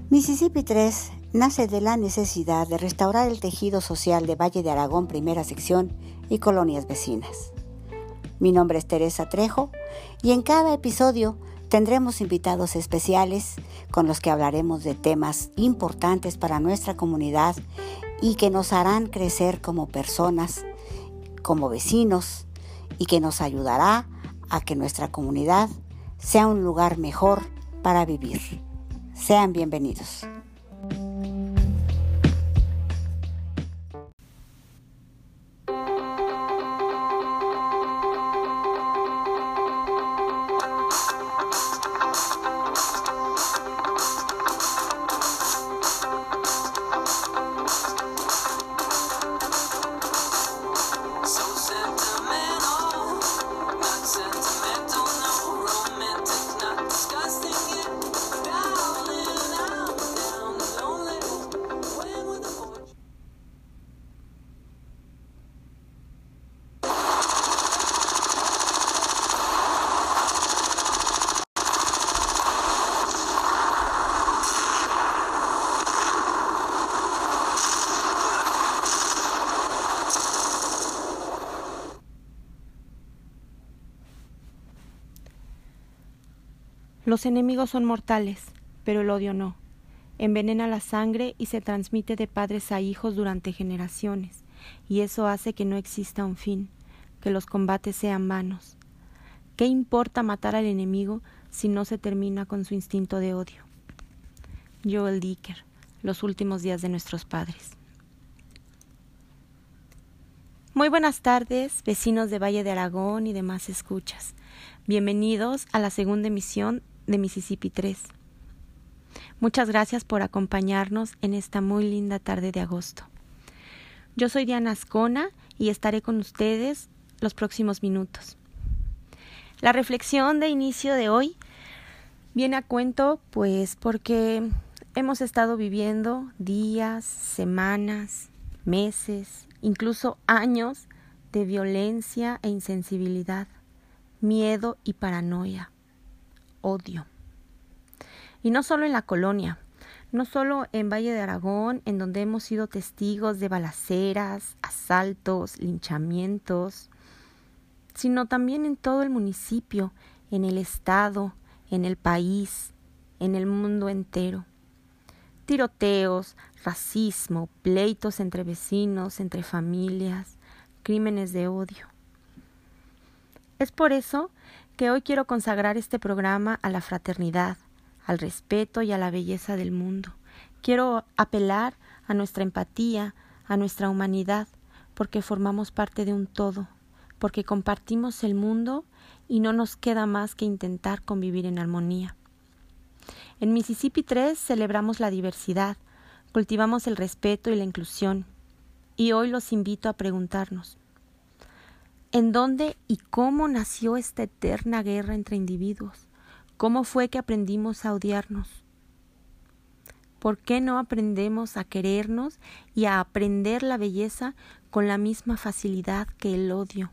Mississippi 3 nace de la necesidad de restaurar el tejido social de Valle de Aragón, primera sección y colonias vecinas. Mi nombre es Teresa Trejo y en cada episodio tendremos invitados especiales con los que hablaremos de temas importantes para nuestra comunidad y que nos harán crecer como personas, como vecinos y que nos ayudará a que nuestra comunidad sea un lugar mejor para vivir. Sean bienvenidos. Los enemigos son mortales, pero el odio no. Envenena la sangre y se transmite de padres a hijos durante generaciones, y eso hace que no exista un fin, que los combates sean vanos. ¿Qué importa matar al enemigo si no se termina con su instinto de odio? Joel Dicker, Los últimos días de nuestros padres. Muy buenas tardes, vecinos de Valle de Aragón y demás escuchas. Bienvenidos a la segunda emisión de Mississippi 3. Muchas gracias por acompañarnos en esta muy linda tarde de agosto. Yo soy Diana Ascona y estaré con ustedes los próximos minutos. La reflexión de inicio de hoy viene a cuento, pues, porque hemos estado viviendo días, semanas, meses, incluso años de violencia e insensibilidad, miedo y paranoia, odio. Y no solo en la colonia, no solo en Valle de Aragón, en donde hemos sido testigos de balaceras, asaltos, linchamientos, sino también en todo el municipio, en el estado, en el país, en el mundo entero. Tiroteos, racismo, pleitos entre vecinos, entre familias, crímenes de odio. Es por eso que hoy quiero consagrar este programa a la fraternidad, al respeto y a la belleza del mundo. Quiero apelar a nuestra empatía, a nuestra humanidad, porque formamos parte de un todo, porque compartimos el mundo y no nos queda más que intentar convivir en armonía. En Mississippi 3 celebramos la diversidad, cultivamos el respeto y la inclusión, y hoy los invito a preguntarnos: ¿en dónde y cómo nació esta eterna guerra entre individuos? ¿Cómo fue que aprendimos a odiarnos? ¿Por qué no aprendemos a querernos y a aprender la belleza con la misma facilidad que el odio?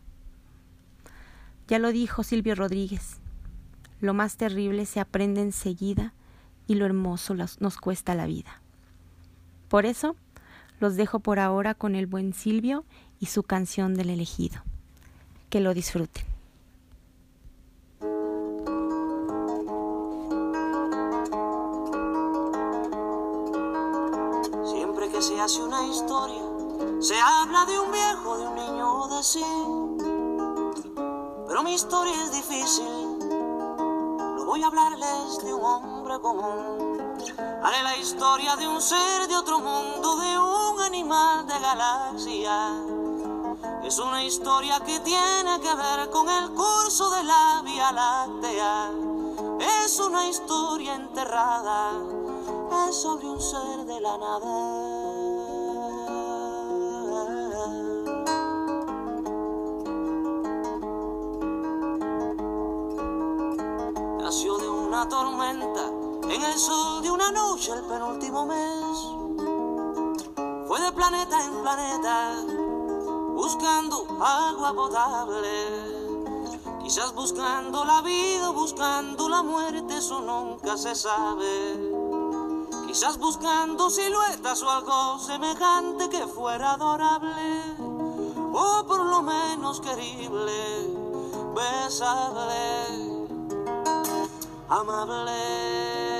Ya lo dijo Silvio Rodríguez: lo más terrible se aprende enseguida y lo hermoso nos cuesta la vida. Por eso, los dejo por ahora con el buen Silvio y su canción del elegido. Que lo disfruten. Siempre que se hace una historia, se habla de un viejo, de un niño o de sí. Pero mi historia es difícil, no voy a hablarles de un hombre común. Haré la historia de un ser de otro mundo, de un animal de galaxia. Es una historia que tiene que ver con el curso de la Vía Láctea. Es una historia enterrada, es sobre un ser de la nada. Nació de una tormenta, en el sol de una noche el penúltimo mes. Fue de planeta en planeta, buscando agua potable. Quizás buscando la vida o buscando la muerte, eso nunca se sabe. quizás buscando siluetas o algo semejante que fuera adorable, o por lo menos querible, besable, amable.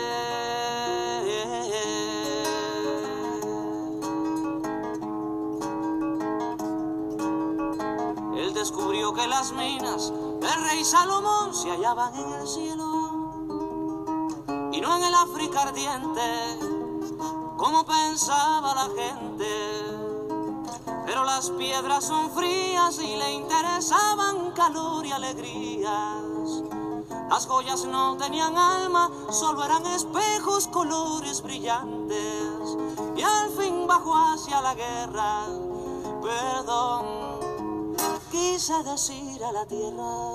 Él descubrió que las minas del rey Salomón se hallaban en el cielo y no en el África ardiente, como pensaba la gente. Pero las piedras son frías y le interesaban calor y alegrías. Las joyas no tenían alma, solo eran espejos, colores brillantes. Y al fin bajó hacia la guerra, perdón, quise decir a la tierra.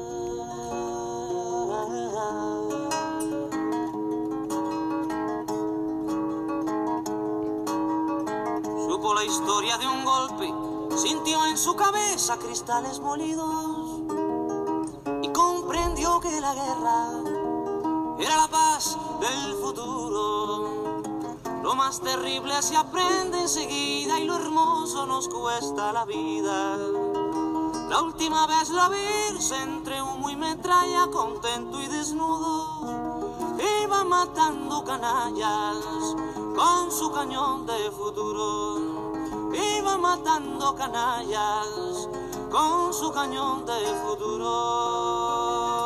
Supo la historia de un golpe, sintió en su cabeza cristales molidos y comprendió que la guerra era la paz del futuro. Lo más terrible se aprende enseguida y lo hermoso nos cuesta la vida. La última vez la vi entre humo y metralla, contento y desnudo, iba matando canallas con su cañón de futuro. Iba matando canallas con su cañón de futuro.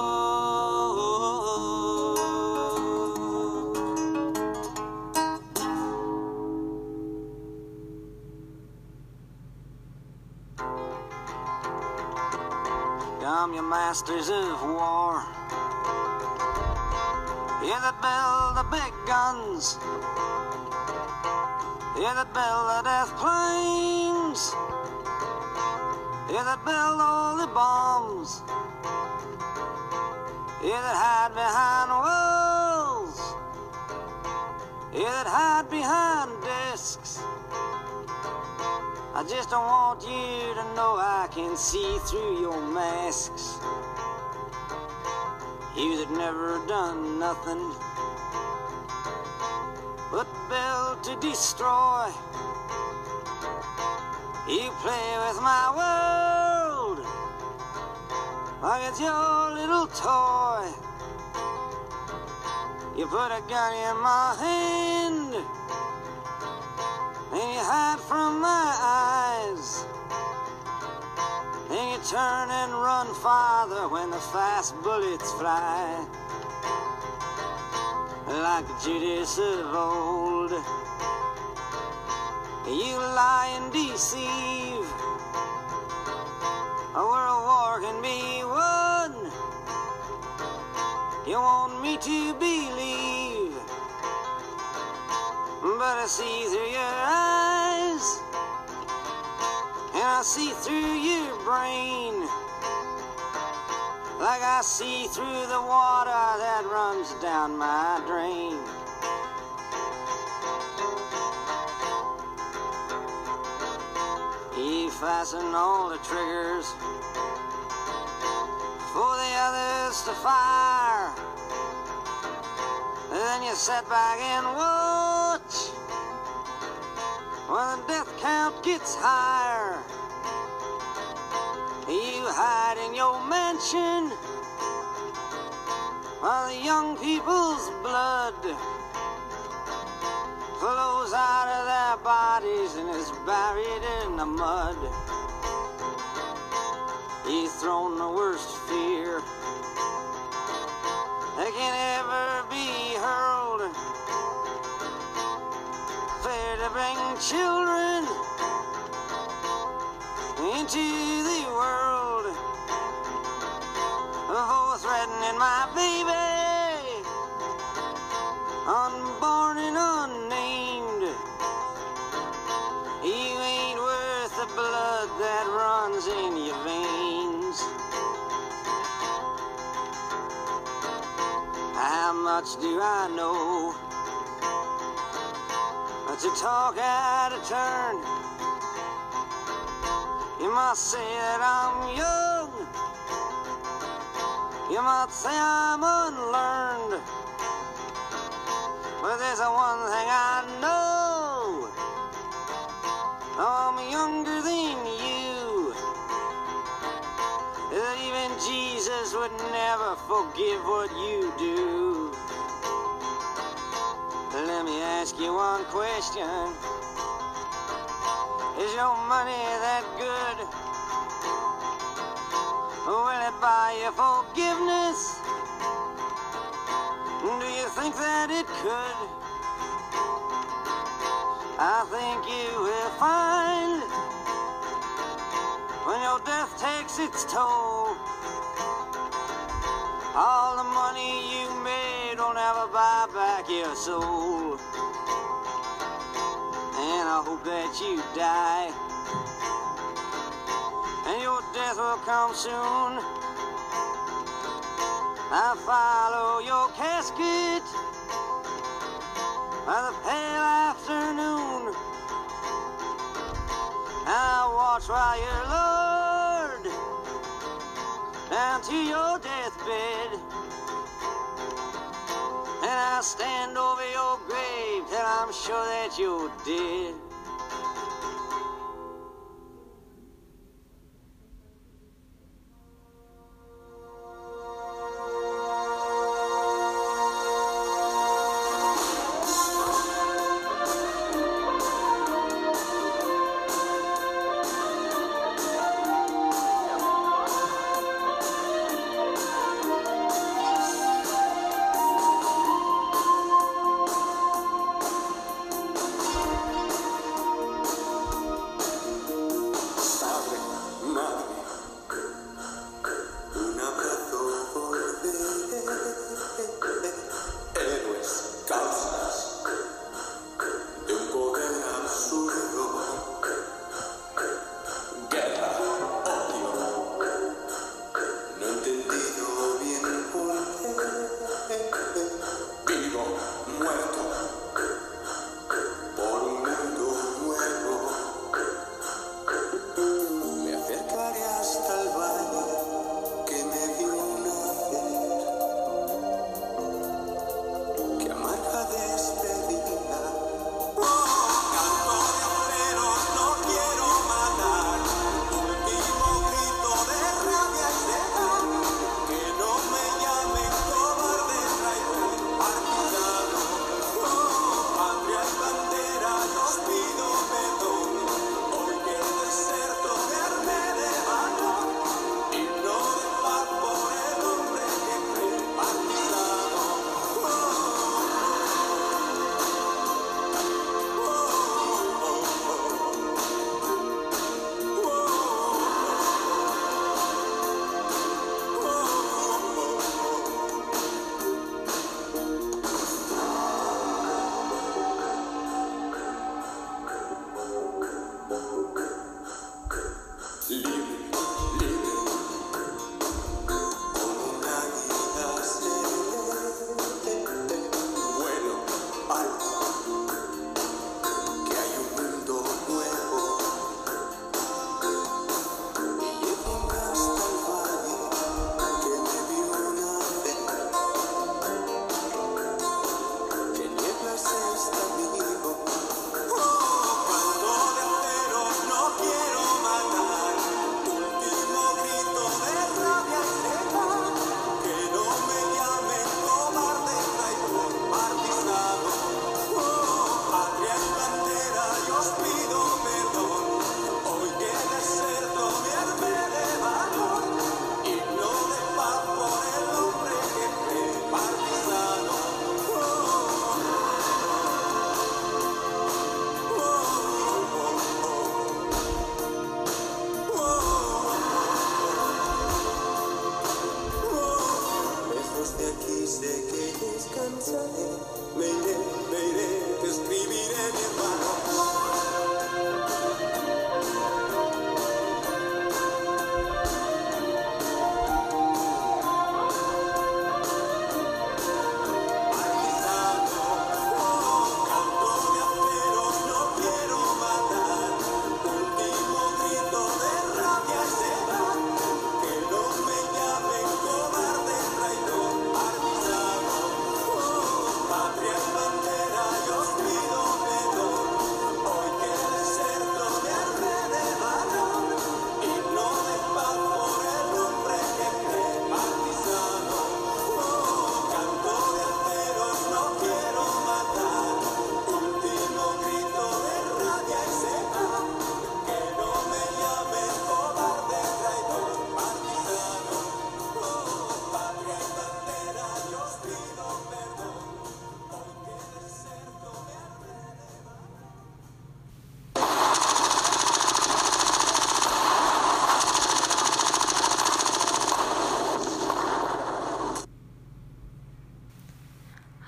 Come, you masters of war, you that build the big guns, you that build the death planes, you that build all the bombs, you that hide behind walls, you that hide behind desks. I just don't want you to know I can see through your masks. You that never done nothing but build to destroy. You play with my world like it's your little toy. You put a gun in my hand and you hide from my eyes, and you turn and run farther when the fast bullets fly. Like Judas of old, you lie and deceive. A world war can be won. You want me to believe, but I see through your eyes, and I see through your brain, like I see through the water that runs down my drain. You fasten all the triggers for the others to fire. Then you sit back and watch when the death count gets higher. You hide in your mansion while the young people's blood flows out of their bodies and is buried in the mud. You've thrown the worst fear that can ever be hurled, fear to bring children into the world, for threatening my baby, unborn and unnamed. You ain't worth the blood that runs in your veins. How much do I know to talk out of turn? You might say that I'm young, you might say I'm unlearned, But there's one thing I know, I'm younger than you, that even Jesus would never forgive what you do. Let me ask you one question. Is your money that good? Will it buy you forgiveness? Do you think that it could? I think you will find when your death takes its toll, all the money you made will never buy back your soul. And I hope that you die, and your death will come soon. I follow your casket by the pale afternoon. I watch while you're lowered down to your deathbed, and I stand over your grave till I'm sure that you're dead.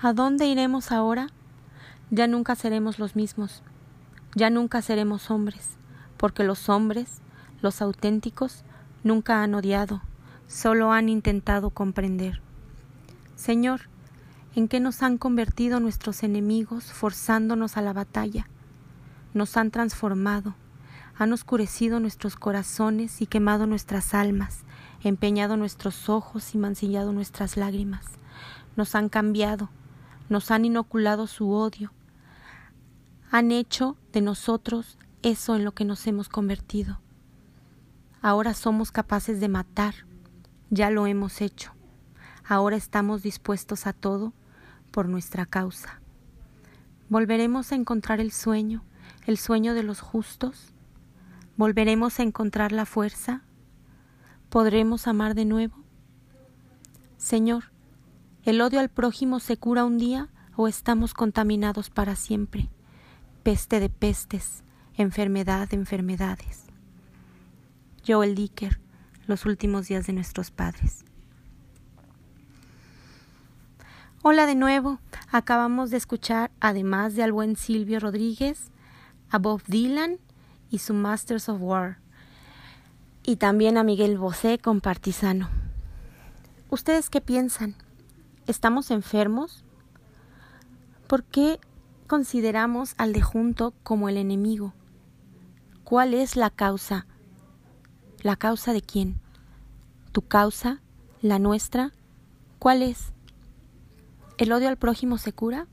¿A dónde iremos ahora? Ya nunca seremos los mismos, ya nunca seremos hombres, porque los hombres, los auténticos, nunca han odiado, solo han intentado comprender. Señor, ¿en qué nos han convertido nuestros enemigos forzándonos a la batalla? Nos han transformado, han oscurecido nuestros corazones y quemado nuestras almas, empeñado nuestros ojos y mancillado nuestras lágrimas. Nos han cambiado, nos han inoculado su odio, han hecho de nosotros eso en lo que nos hemos convertido. Ahora somos capaces de matar, ya lo hemos hecho. Ahora estamos dispuestos a todo por nuestra causa. ¿Volveremos a encontrar el sueño de los justos? ¿Volveremos a encontrar la fuerza? ¿Podremos amar de nuevo? Señor, ¿el odio al prójimo se cura un día o estamos contaminados para siempre? Peste de pestes, enfermedad de enfermedades. Joel Dicker, Los últimos días de nuestros padres. Hola de nuevo, acabamos de escuchar, además de al buen Silvio Rodríguez, a Bob Dylan y su Masters of War, y también a Miguel Bosé con Partisano. ¿Ustedes qué piensan? ¿Estamos enfermos? ¿Por qué consideramos al de junto como el enemigo? ¿Cuál es la causa? ¿La causa de quién? ¿Tu causa? ¿La nuestra? ¿Cuál es? ¿El odio al prójimo se cura?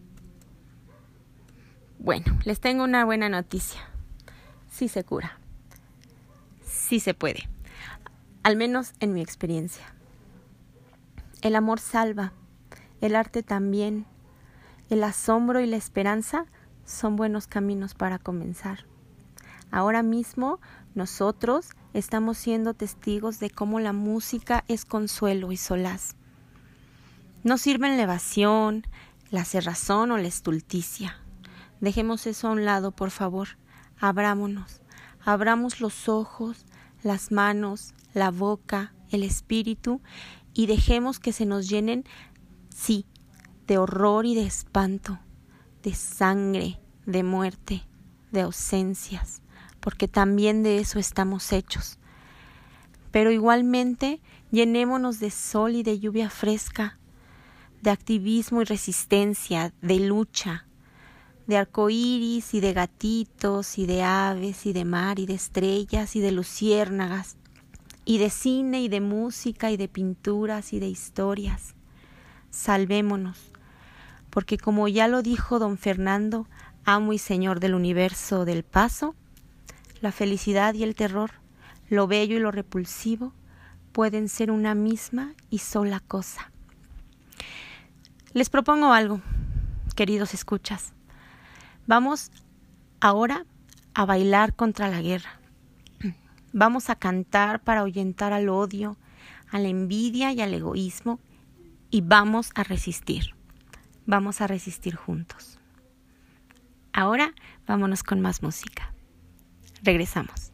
Bueno, les tengo una buena noticia. Sí se cura. Sí se puede. Al menos en mi experiencia. El amor salva. El arte también. El asombro y la esperanza son buenos caminos para comenzar. Ahora mismo nosotros estamos siendo testigos de cómo la música es consuelo y solaz. No sirven la evasión, la cerrazón o la estulticia. Dejemos eso a un lado, por favor. Abrámonos. Abramos los ojos, las manos, la boca, el espíritu y dejemos que se nos llenen, sí, de horror y de espanto, de sangre, de muerte, de ausencias, porque también de eso estamos hechos. Pero igualmente llenémonos de sol y de lluvia fresca, de activismo y resistencia, de lucha, de arcoíris y de gatitos y de aves y de mar y de estrellas y de luciérnagas y de cine y de música y de pinturas y de historias. Salvémonos, porque como ya lo dijo don Fernando, amo y señor del universo del Paso, la felicidad y el terror, lo bello y lo repulsivo, pueden ser una misma y sola cosa. Les propongo algo, queridos escuchas. Vamos ahora a bailar contra la guerra. Vamos a cantar para ahuyentar al odio, a la envidia y al egoísmo y vamos a resistir. Vamos a resistir juntos. Ahora vámonos con más música. Regresamos.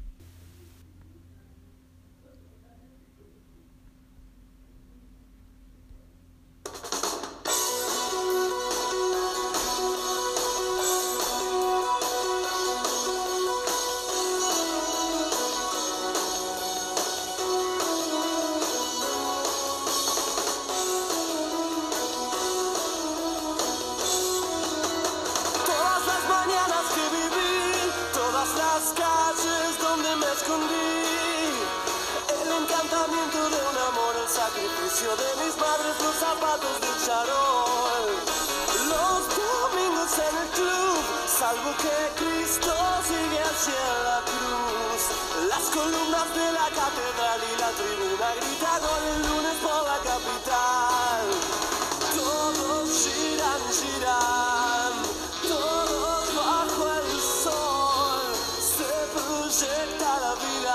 De mis madres, los zapatos de charol, los domingos en el club, salvo que Cristo sigue hacia la cruz. Las columnas de la catedral y la tribuna grita gol el lunes por la capital. Todos giran, giran, todos bajo el sol, se proyecta la vida,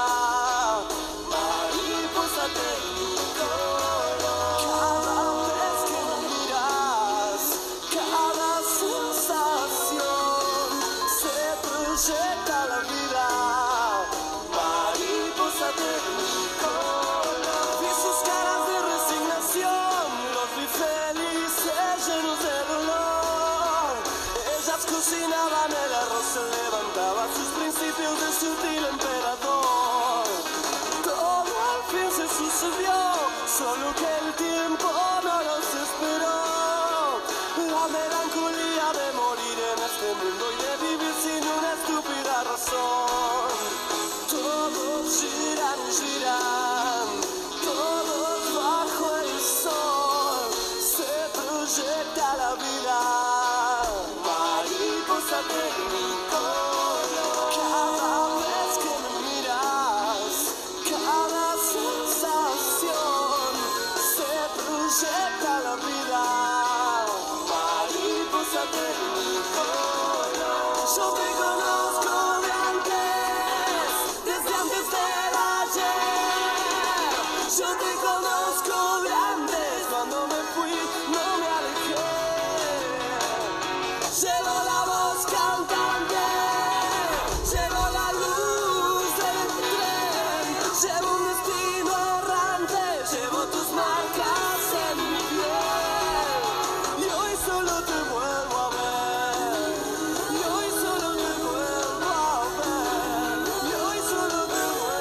mariposa técnico. Proyecta la vida, mariposa de mi color. Vi sus caras el tiempo no nos esperó. La melancolía de morir en este mundo y de vivir sin una estúpida razón. Todos giran, giran, todos bajo el sol. Se proyecta la vida, mariposa de mi color. Cada vez que me miras, cada sensación, se proyecta la vida, mariposa de mi color. Yo te conozco de antes, desde antes del ayer. Yo te conozco de antes, cuando me fui no me alejé. Llevo la voz cantante, llevo la luz del tren, llevo un destino errante, llevo tus marcas en mi piel. Y hoy solo te vuelvo a ver, y hoy solo te vuelvo a ver, y hoy solo te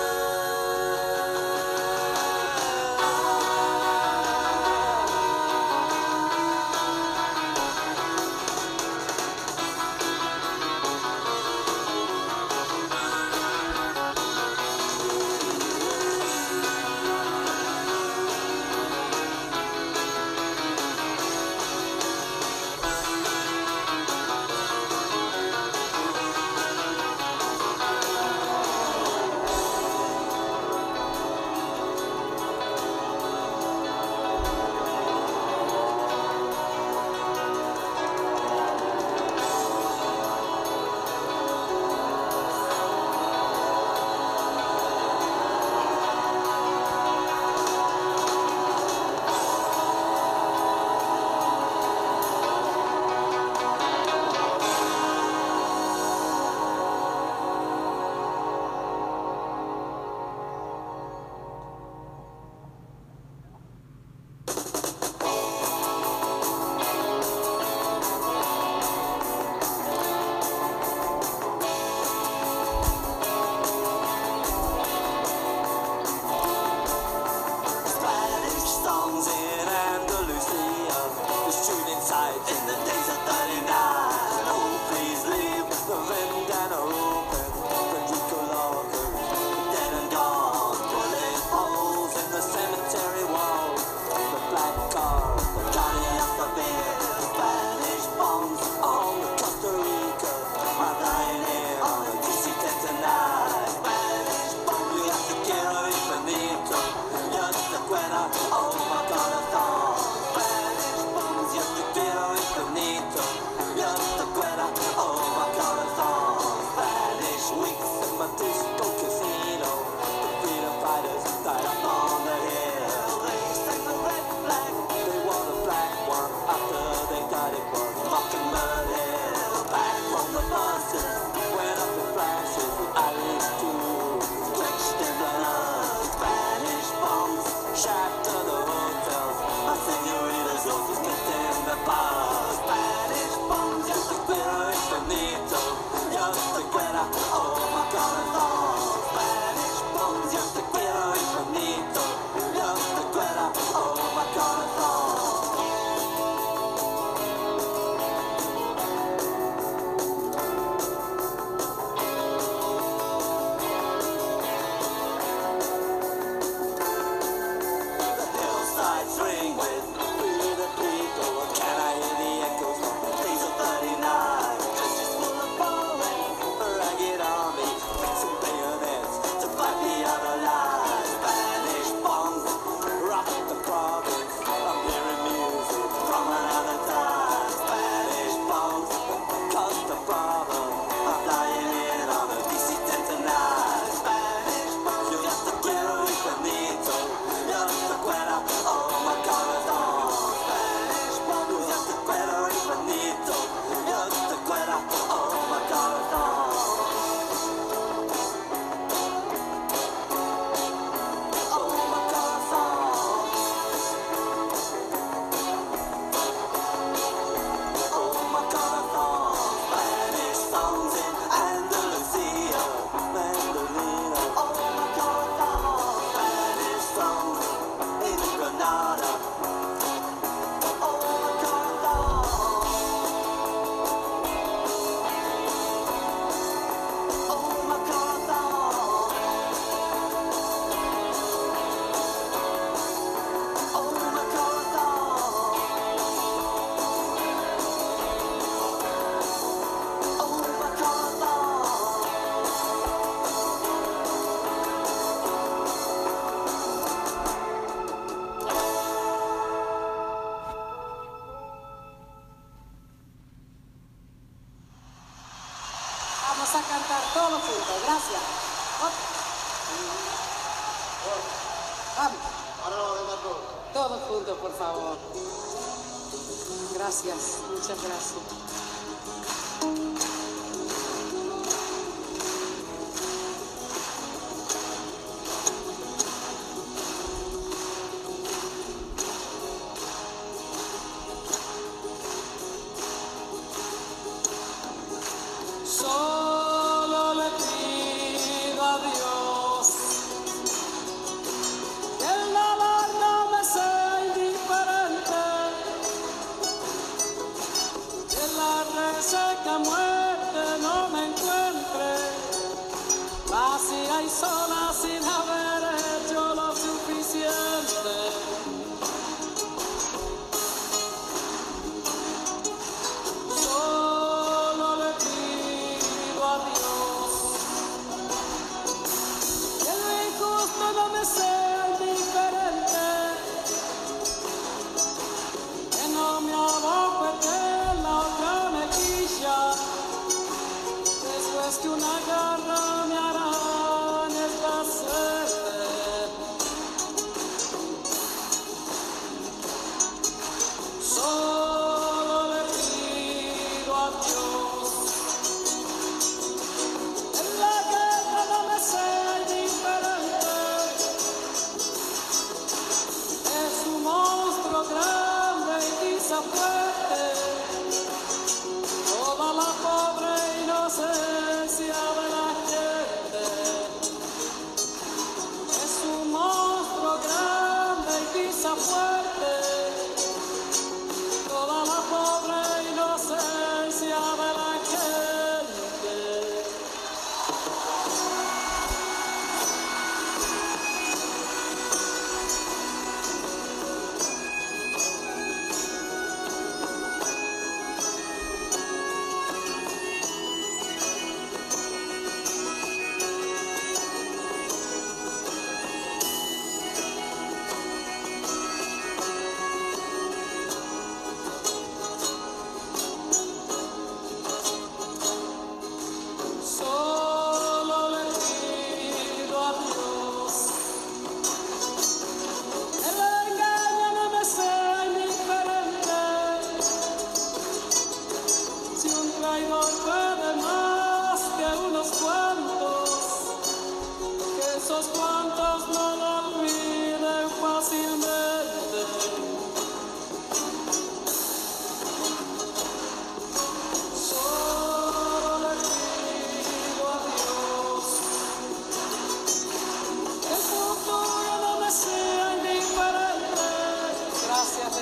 Spanish songs in Andalusia, the shooting sight in the days of 39. Oh, please leave the ventana open, Federico Lorca, dead and gone. Bullet holes in the cemetery wall, the black car, the Johnny of the beer. Spanish bombs on the Costa Rica, I'm lying here on a DC-10 tonight. Spanish bombs, you have to get away from Benito. Oh my corazón. Spanish bombs, yo te quiero infinito. Yo te quiero, oh my corazón. Spanish weeks in my disco casino. The freedom fighters died up on the hill. They sang the red flag, they wore the black one after they got it from Mockingbird Hill. Back from the buses, went up in flashes with alleys too, drenched in blood. Spanish bombs shatter the hotels, my señoritas los meten in the bar. Spanish bombs, yo te quiero infinito, yo te quiero, oh my corazón. Spanish bombs, yo te quiero infinito, yo te quiero, oh my corazón. The hillsides ring with "Free the People." Can I hear the echoes from the days of 39? Trenches full of fallen, ragged army, fixing bayonets to fight the other line. Spanish bombs rock the province. I'm hearing music from another time. Spanish bombs cause the problem. I'm flying in on a DC-10 tonight. Spanish bombs, yo te quiero infinito. Yo te quiero, oh my corazón. Spanish bombs, yo te quiero infinito. Yo te quiero, oh my corazón. Oh my corazón. Gracias. Vamos. Todos juntos, por favor. Gracias, muchas gracias. Solo le pido a Dios que el dolor no me sea indiferente, que la reseca muerte no me encuentre vacía y sola sin haber hecho lo suficiente. Solo le pido a Dios que lo injusto no me sea indiferente, que no me abofete la otra mejilla, después que una garra me arañe esta suerte. Solo le pido a Dios que en la guerra no me sea indiferente, es un monstruo grande y quizá fuerte, toda la pobre inocencia de la gente. Es un monstruo grande y quizá fuerte, toda la pobre inocencia de la gente. Solo le pido a Dios que el engaño no me sea indiferente, si un traidor puede más que unos cuantos, que esos cuantos no lo olviden fácilmente. Solo le pido a Dios que el futuro no me sea indiferente. Gracias,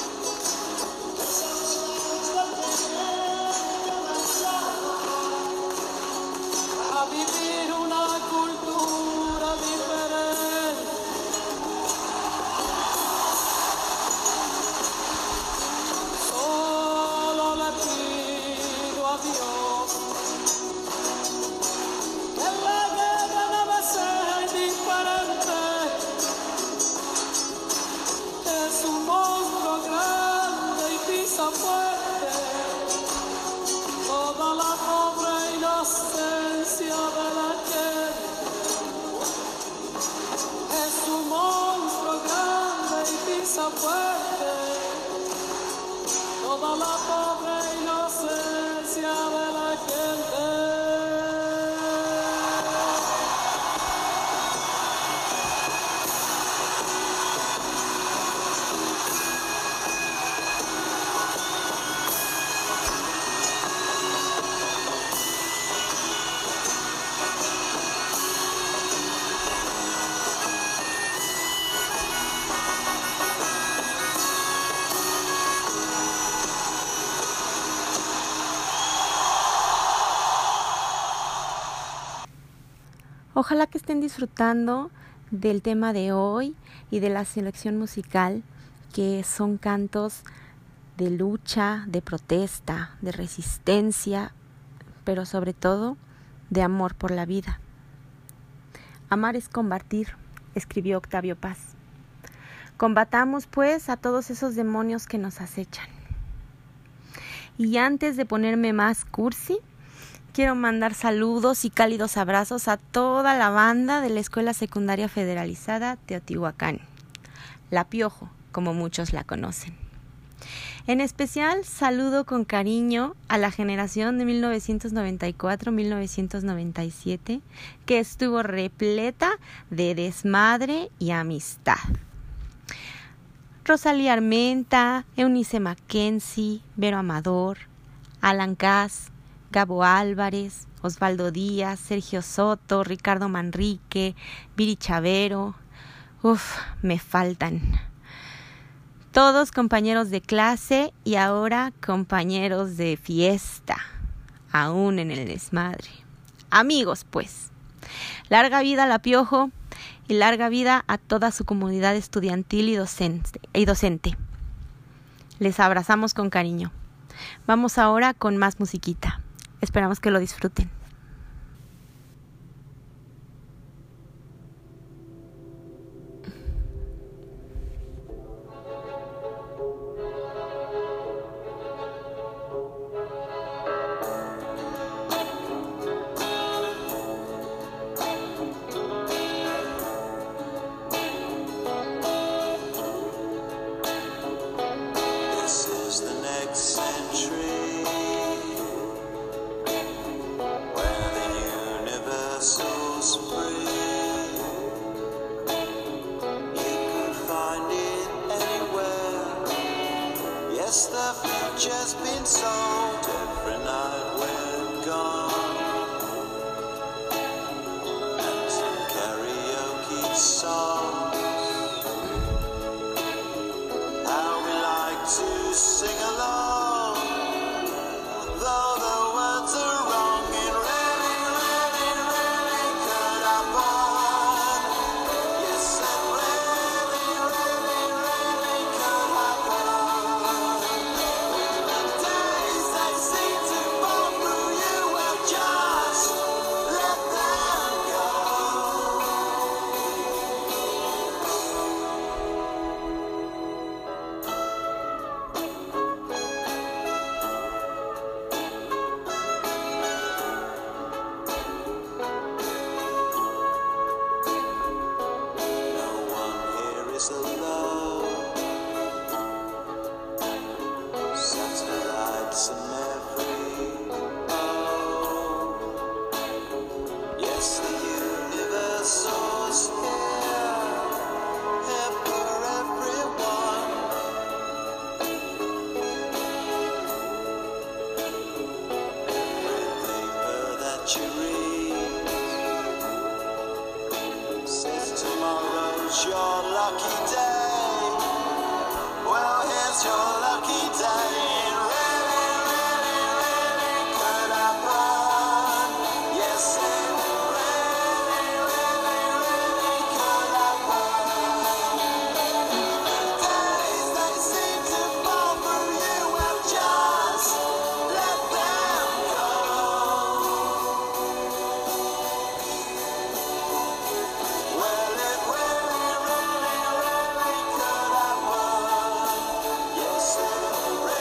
a vivir una cultura diferente. Solo le pido a Dios que la guerra no me sea indiferente, es un monstruo grande y pisa fuerte, toda la pobre inocencia de la gente. Es un monstruo grande y pisa fuerte, toda la pobre inocencia de la gente. Ojalá que estén disfrutando del tema de hoy y de la selección musical, que son cantos de lucha, de protesta, de resistencia, pero sobre todo de amor por la vida. Amar es combatir, escribió Octavio Paz. Combatamos pues a todos esos demonios que nos acechan. Y antes de ponerme más cursi, quiero mandar saludos y cálidos abrazos a toda la banda de la Escuela Secundaria Federalizada Teotihuacán, La Piojo, como muchos la conocen. En especial, saludo con cariño a la generación de 1994-1997, que estuvo repleta de desmadre y amistad. Rosalía Armenta, Eunice Mackenzie, Vero Amador, Alan Cass, Gabo Álvarez, Osvaldo Díaz, Sergio Soto, Ricardo Manrique, Viri Chavero. Me faltan. Todos compañeros de clase y ahora compañeros de fiesta, aún en el desmadre. Amigos, pues. Larga vida a La Piojo y larga vida a toda su comunidad estudiantil y docente. Les abrazamos con cariño. Vamos ahora con más musiquita. Esperamos que lo disfruten. Just been so different, night we're gone, and some karaoke songs. How we like to sing along, though the words are wrong. And really, really, really could have won. Yes, and really, really, really could have won. Days they seem to fall through you, well, just let them go. No one here is alone. Satellites in every home. Yes, the universal's here for everyone. Every paper that you read says tomorrow's your lucky day. Well, here's your lucky day. Really, really, really could have won. Yes, it really, really, really could have won. Days they seem to fall through you, well, just let them go. Well, it really, really, really could have won. Yes, it really,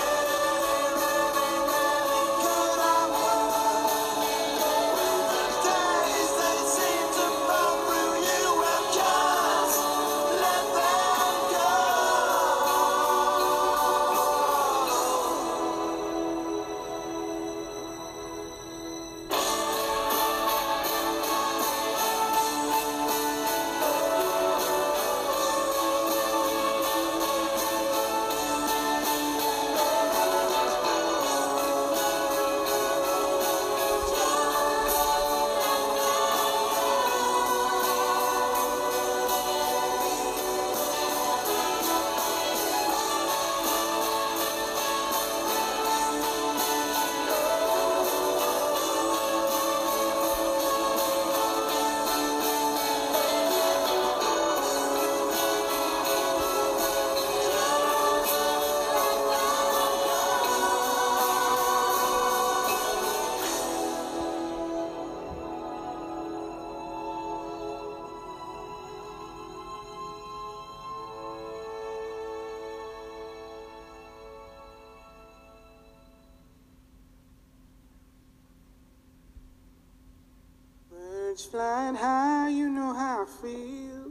Birds flying high, you know how I feel.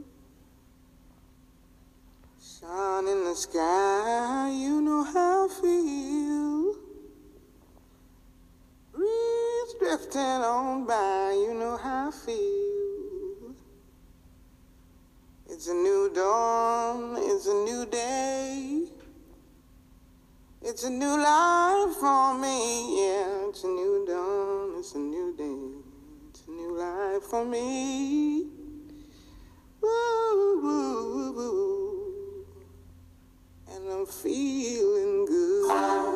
Sun in the sky, you know how I feel. Breeze drifting on by, you know how I feel. It's a new dawn, it's a new day. It's a new life for me, yeah. It's a new dawn, it's a new day. It's a new life for me. Woo, woo, woo. And I'm feeling good.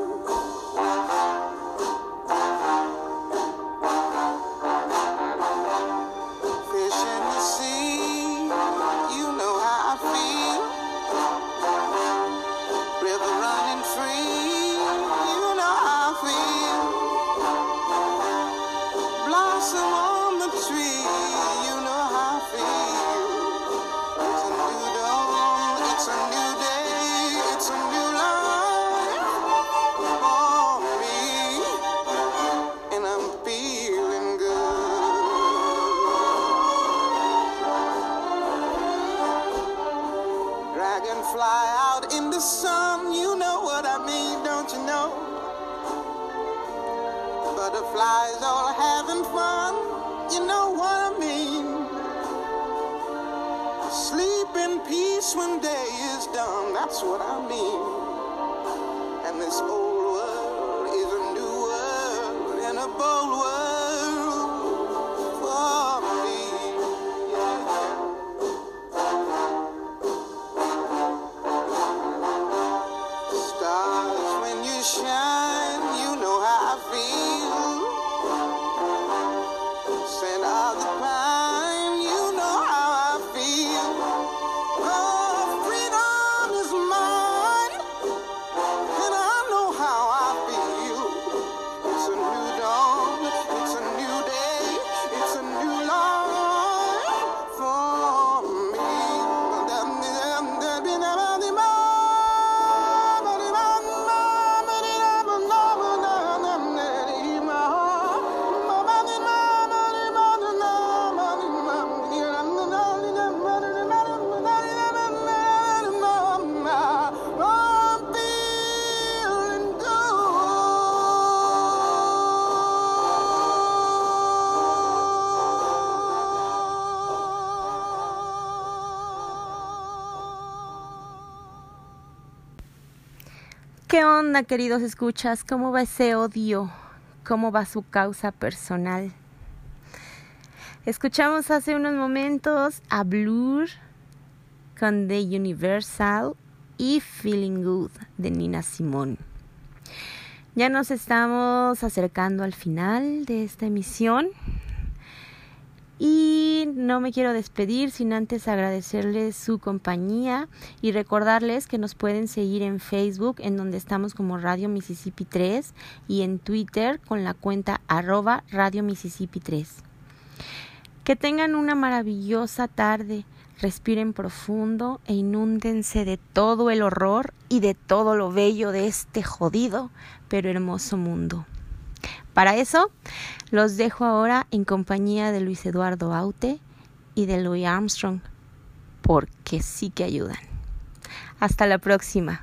Fish in the sea, you know how I feel. River running free, you know how I feel. Blossom on the tree, you know how I feel. It's a new dawn, it's a new day, it's a new life for me, and I'm feeling good. Dragonfly out in the sun, you know what I mean, don't you know? Butterflies all having fun, you know what I mean. Sleep in peace when day is done, that's what I mean. And this old world is a new world and a bold world for me. Stars when you shine, you know how I feel. Scent of the pine, you know how I feel. Oh, freedom is mine, and I know how I feel. It's a new dawn, it's a new day, it's a new life for me. I'm feeling ¿Qué onda, queridos escuchas? ¿Cómo va ese odio? ¿Cómo va su causa personal? Escuchamos hace unos momentos a Blur con The Universal y Feeling Good de Nina Simone. Ya nos estamos acercando al final de esta emisión y no me quiero despedir sin antes agradecerles su compañía y recordarles que nos pueden seguir en Facebook, en donde estamos como Radio Mississippi 3, y en Twitter con la cuenta @Radio Mississippi 3. Que tengan una maravillosa tarde, respiren profundo e inúndense de todo el horror y de todo lo bello de este jodido pero hermoso mundo. Para eso, los dejo ahora en compañía de Luis Eduardo Aute y de Louis Armstrong, porque sí que ayudan. Hasta la próxima.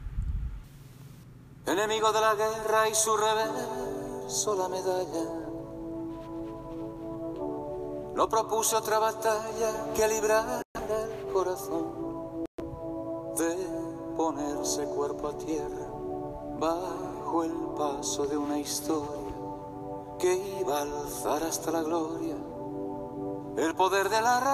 Enemigo de la guerra y su reverso la medalla. No propuse otra batalla que librar el corazón, de ponerse cuerpo a tierra bajo el paso de una historia que iba a alzar hasta la gloria el poder de la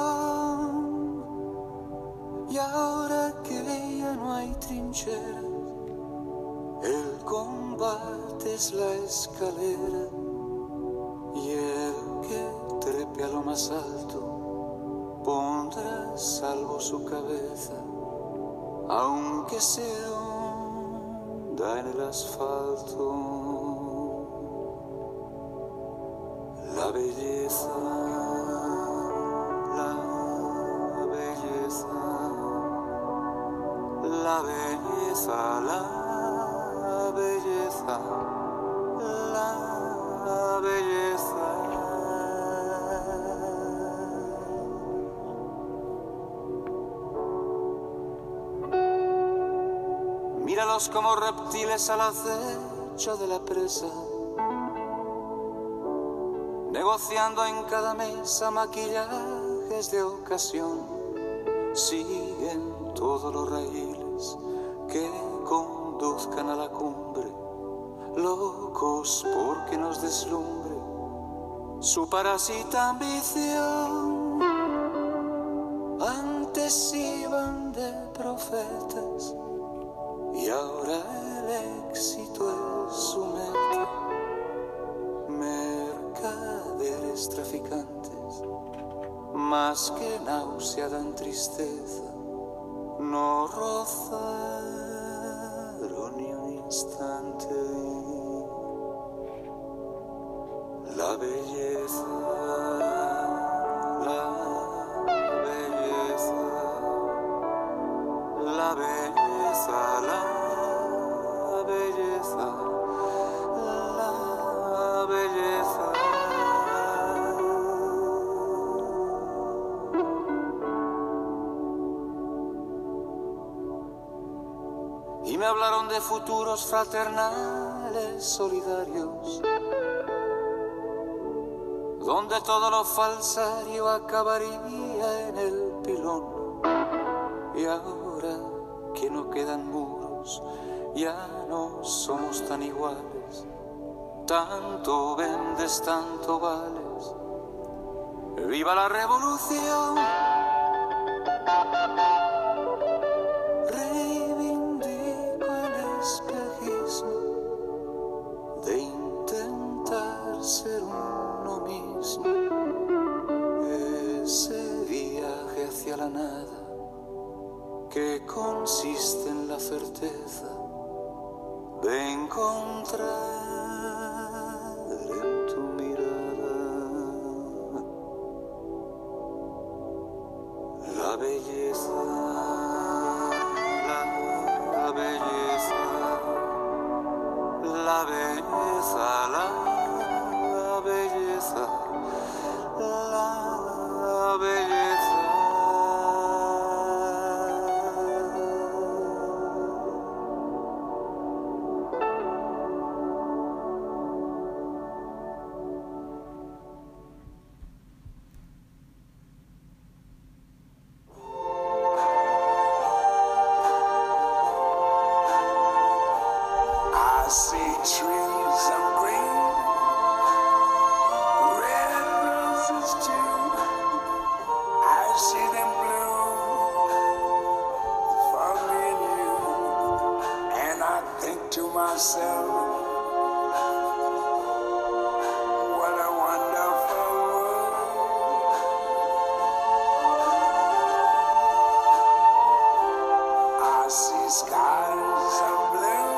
razón. Y ahora que ya no hay trincheras, el combate es la escalera, y el que trepe a lo más alto pondrá a salvo su cabeza, aunque se hunda en el asfalto. La belleza, la belleza, la belleza, la belleza, la belleza. Míralos como reptiles al acecho de la presa, negociando en cada mesa maquillajes de ocasión. Siguen todos los raíles que conduzcan a la cumbre, locos porque nos deslumbre su parásita ambición. Antes iban de profetas y ahora el éxito es su meta. Mercaderes traficantes, más que náusea dan tristeza, no rozaron ni un instante la belleza, la belleza, la belleza, la belleza, la belleza. Y me hablaron de futuros fraternales solidarios, donde todo lo falsario acabaría en el pilón. Y ahora que no quedan muros, ya no somos tan iguales. Tanto vendes, tanto vales. ¡Viva la revolución! Reivindico el espejismo de intentar ser uno mismo. Ese viaje hacia la nada que consiste en la certeza de encontrar en tu mirada la belleza, la belleza, la belleza, la belleza, la belleza. I see trees of green, red roses too. I see them bloom for me and you. And I think to myself, what a wonderful world. I see skies of blue,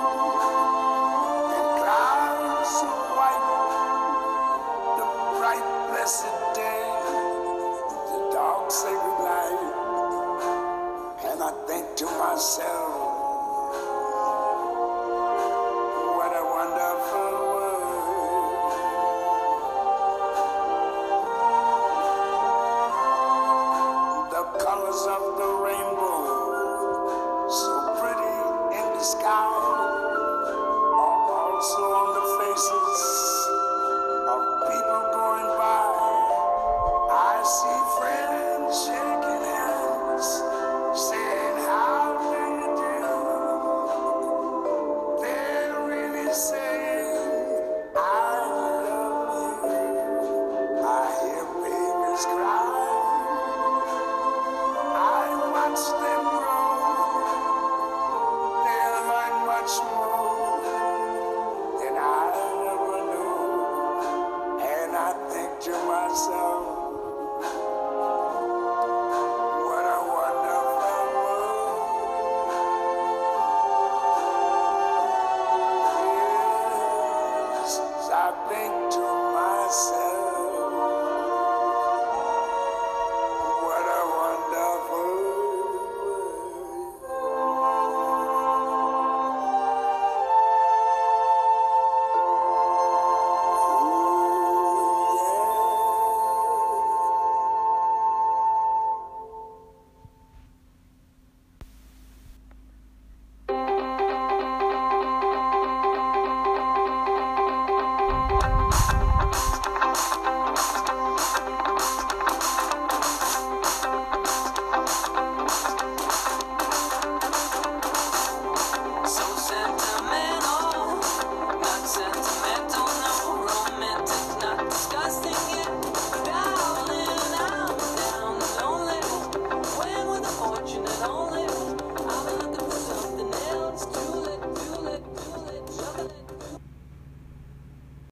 clouds of white, the bright blessed day, the dark sacred night. And I think to myself, what a wonderful world. The colors of the rainbow, so pretty in the sky.